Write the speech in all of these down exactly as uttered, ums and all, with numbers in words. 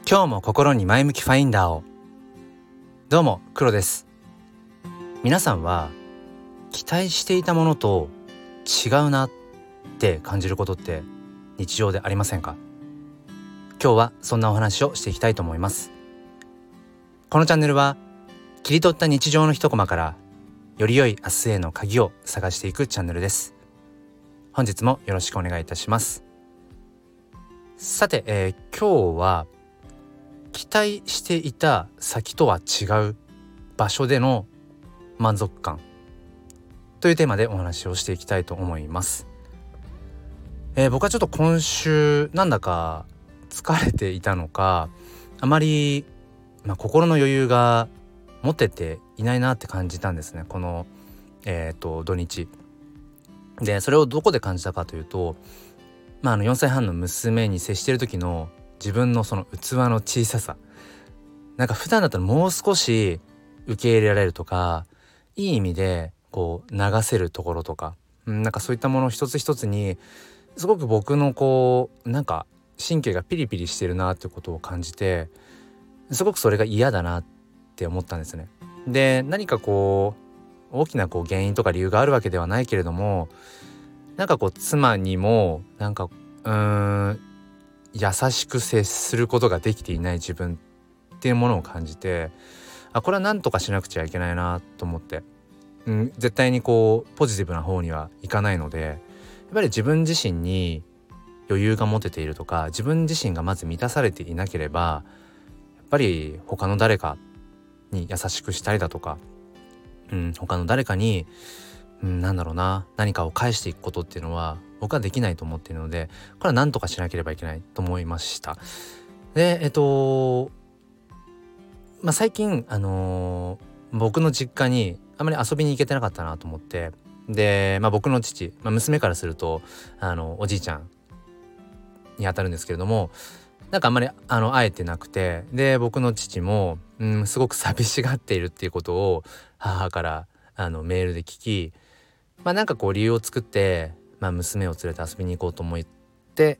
今日も心に前向きファインダーを。どうも黒です。皆さんは期待していたものと違うなって感じることって日常でありませんか？今日はそんなお話をしていきたいと思います。このチャンネルは切り取った日常の一コマからより良い明日への鍵を探していくチャンネルです。本日もよろしくお願いいたします。さて、えー、今日は期待していた先とは違う場所での満足感というテーマでお話をしていきたいと思います。えー、僕はちょっと今週なんだか疲れていたのか、あまり、まあ、心の余裕が持てていないなって感じたんですね、この、えー、と土日で。それをどこで感じたかというと、まあ、あのよんさいはんの娘に接している時の自分のその器の小ささ、なんか普段だったらもう少し受け入れられるとか、いい意味でこう流せるところとか、なんかそういったもの一つ一つにすごく僕のこうなんか神経がピリピリしてるなってことを感じて、すごくそれが嫌だなって思ったんですね。で、何かこう大きなこう原因とか理由があるわけではないけれども、なんかこう妻にもなんかうーん優しく接することができていない自分っていうものを感じて、あ、これは何とかしなくちゃいけないなと思って、うん、絶対にこうポジティブな方にはいかないので、やっぱり自分自身に余裕が持てているとか、自分自身がまず満たされていなければ、やっぱり他の誰かに優しくしたりだとか、うん、他の誰かに、うん、なんだろうな何かを返していくことっていうのは僕はできないと思っているので、これは何とかしなければいけないと思いました。で、えっとまあ最近あのー、僕の実家にあまり遊びに行けてなかったなと思って、で、まあ、僕の父、まあ、娘からするとあのおじいちゃんにあたるんですけれども、なんかあんまりあの会えてなくて、で僕の父も、うん、すごく寂しがっているっていうことを母からあのメールで聞き、まあなんかこう理由を作って、まあ、娘を連れて遊びに行こうと思って、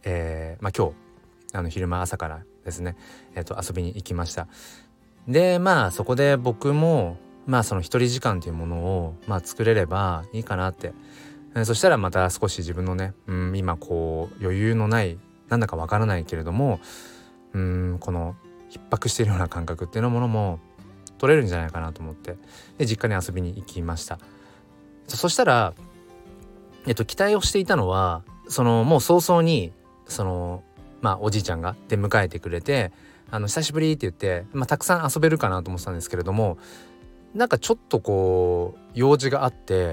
えーまあ、今日あの昼間朝からですね、えー、と遊びに行きました。で、まあそこで僕もまあその一人時間というものをまあ作れればいいかなって、えーそしたらまた少し自分のね、うん、今こう余裕のない、なんだかわからないけれども、うんこの逼迫しているような感覚っていうのものも取れるんじゃないかなと思って、で実家に遊びに行きました。そ, そしたらえっと期待をしていたのは、そのもう早々にそのまあおじいちゃんが出迎えてくれて、あの久しぶりって言って、まあ、たくさん遊べるかなと思ってたんですけれども、なんかちょっとこう用事があって、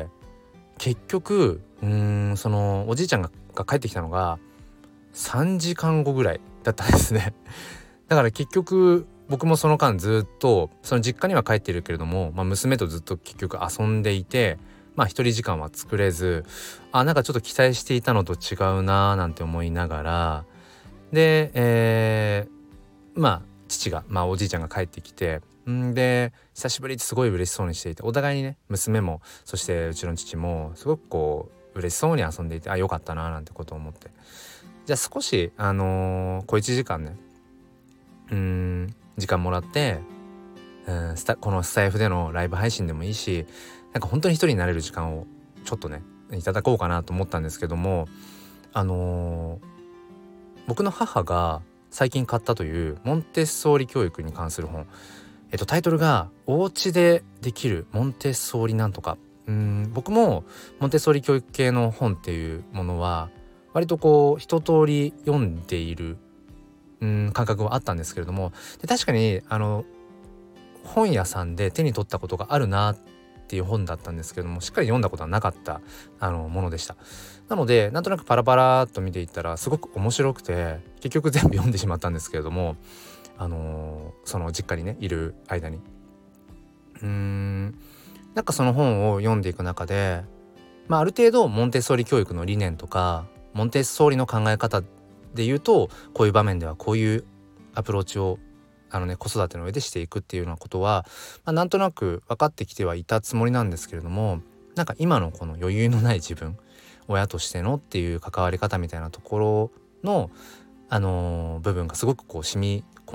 結局うーんそのおじいちゃんがが帰ってきたのがさんじかんごぐらいだったんですね。だから結局僕もその間ずっとその実家には帰っているけれども、まあ、娘とずっと結局遊んでいて、まあ一人時間は作れず、あ、なんかちょっと期待していたのと違うなーなんて思いながら、で、えー、まあ父が、まあおじいちゃんが帰ってきて、んで久しぶりってすごい嬉しそうにしていて、お互いにね、娘もそしてうちの父もすごくこう嬉しそうに遊んでいて、あ、よかったなーなんてことを思って、じゃあ少しあのー、小いちじかんね、うーん時間もらって、うんスタこのスタイフでのライブ配信でもいいし、なんか本当に一人になれる時間をちょっとねいただこうかなと思ったんですけども、あのー、僕の母が最近買ったというモンテッソーリ教育に関する本、えっとタイトルがお家でできるモンテッソーリなんとか。うーん僕もモンテッソーリ教育系の本っていうものは割とこう一通り読んでいるうん感覚はあったんですけれども、で確かにあの本屋さんで手に取ったことがあるなっていう本だったんですけども、しっかり読んだことはなかったあのものでした。なのでなんとなくパラパラっと見ていったらすごく面白くて、結局全部読んでしまったんですけれども、あのー、その実家にねいる間にうーんなんかその本を読んでいく中で、まあ、ある程度モンテッソーリ教育の理念とかモンテッソーリの考え方で言うと、こういう場面ではこういうアプローチをあのね子育ての上でしていくっていうようなことは、まあ、なんとなく分かってきてはいたつもりなんですけれども、なんか今のこの余裕のない自分、親としてのっていう関わり方みたいなところの、あのー部分がすごくこう染み込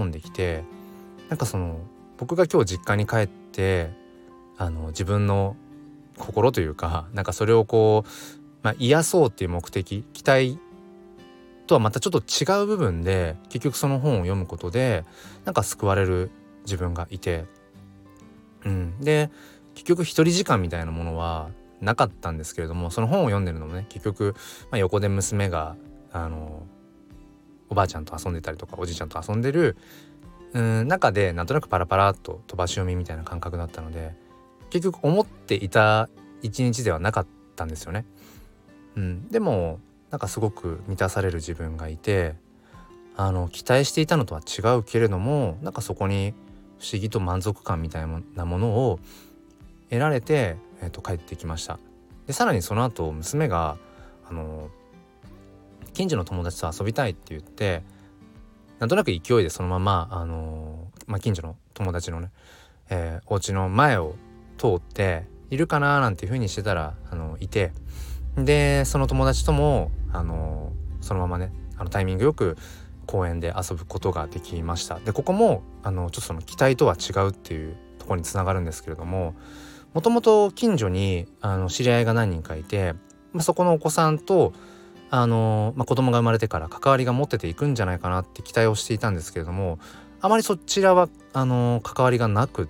込んできて、なんかその僕が今日実家に帰ってあの自分の心というか、なんかそれをこう、まあ、癒そうっていう目的、期待とはまたちょっと違う部分で結局その本を読むことでなんか救われる自分がいて、うん、で結局一人時間みたいなものはなかったんですけれども、その本を読んでるのもね結局、まあ、横で娘があのおばあちゃんと遊んでたりとかおじいちゃんと遊んでるうん中でなんとなくパラパラっと飛ばし読みみたいな感覚だったので、結局思っていた一日ではなかったんですよね。うん、でもなんかすごく満たされる自分がいて、あの期待していたのとは違うけれどもなんかそこに不思議と満足感みたいなものを得られて、えー、と帰ってきました。でさらにその後娘があの近所の友達と遊びたいって言ってなんとなく勢いでそのままあの、まあ、近所の友達のね、えー、お家の前を通っているかななんていう風にしてたらあのいて、でその友達ともあのそのままねあのタイミングよく公園で遊ぶことができました。でここもあのちょっとその期待とは違うっていうところにつながるんですけれども、もともと近所にあの知り合いが何人かいて、まあ、そこのお子さんとあの、まあ、子供が生まれてから関わりが持ってていくんじゃないかなって期待をしていたんですけれども、あまりそちらはあの関わりがなくって、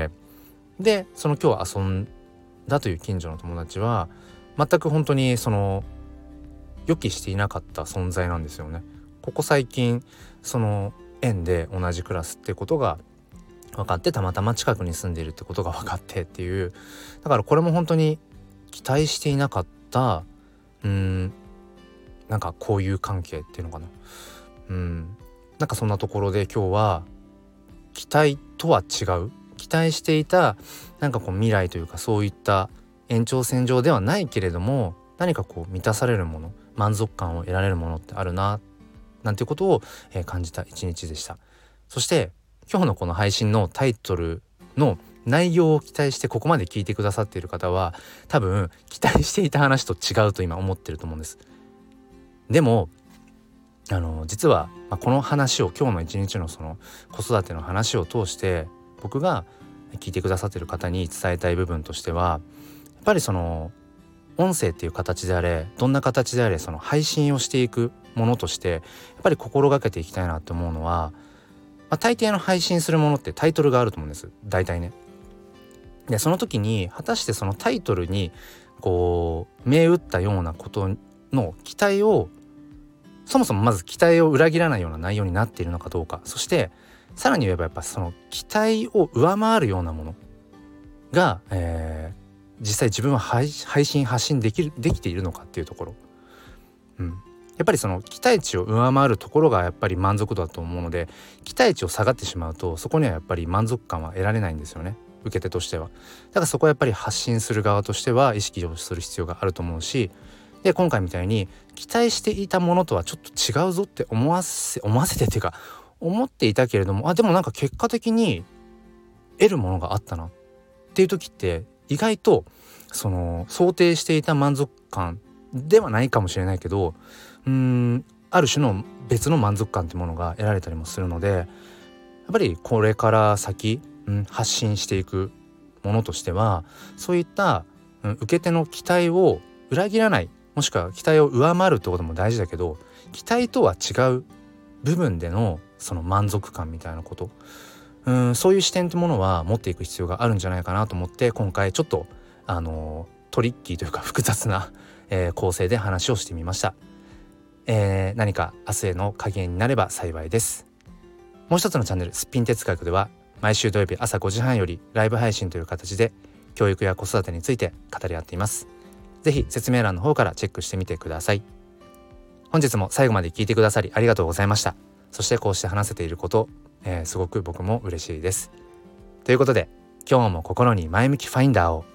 でその今日遊んだという近所の友達は全く本当にその予期していなかった存在なんですよね。ここ最近その園で同じクラスってことが分かって、たまたま近くに住んでいるってことが分かってっていう、だからこれも本当に期待していなかったうーんなんかこういう関係っていうのかな、うんなんかそんなところで今日は期待とは違う、期待していたなんかこう未来というかそういった延長線上ではないけれども何かこう満たされるもの、満足感を得られるものってあるななんていうことを、えー、感じた一日でした。そして今日のこの配信のタイトルの内容を期待してここまで聞いてくださっている方は多分期待していた話と違うと今思ってると思うんです。でもあの実は、まあ、この話を今日の一日のその子育ての話を通して僕が聞いてくださっている方に伝えたい部分としては、やっぱりその音声っていう形であれどんな形であれその配信をしていくものとしてやっぱり心がけていきたいなと思うのは、まあ、大抵の配信するものってタイトルがあると思うんです、大体ね。でその時に果たしてそのタイトルにこう銘打ったようなことの期待をそもそもまず期待を裏切らないような内容になっているのかどうか、そしてさらに言えばやっぱその期待を上回るようなものが、えー、実際自分は配信発信できるできているのかっていうところ、うん、やっぱりその期待値を上回るところがやっぱり満足度だと思うので、期待値を下がってしまうとそこにはやっぱり満足感は得られないんですよね、受け手としては。だからそこはやっぱり発信する側としては意識をする必要があると思うし、で今回みたいに期待していたものとはちょっと違うぞって思わせ思わせてっていうか思っていたけれども、あでもなんか結果的に得るものがあったなっていう時って意外とその想定していた満足感ではないかもしれないけど、うーんある種の別の満足感ってものが得られたりもするので、やっぱりこれから先、うん、発信していくものとしてはそういった、うん、受け手の期待を裏切らない、もしくは期待を上回るってことも大事だけど、期待とは違う部分でのその満足感みたいなこと、うーんそういう視点ってものは持っていく必要があるんじゃないかなと思って、今回ちょっとあのトリッキーというか複雑な、えー、構成で話をしてみました。えー、何か明日への影になれば幸いです。もう一つのチャンネルすっぴん哲学では毎週土曜日朝ごじはんよりライブ配信という形で教育や子育てについて語り合っています。ぜひ説明欄の方からチェックしてみてください。本日も最後まで聞いてくださりありがとうございました。そしてこうして話せていること、えー、すごく僕も嬉しいです。ということで今日も心に前向きファインダーを。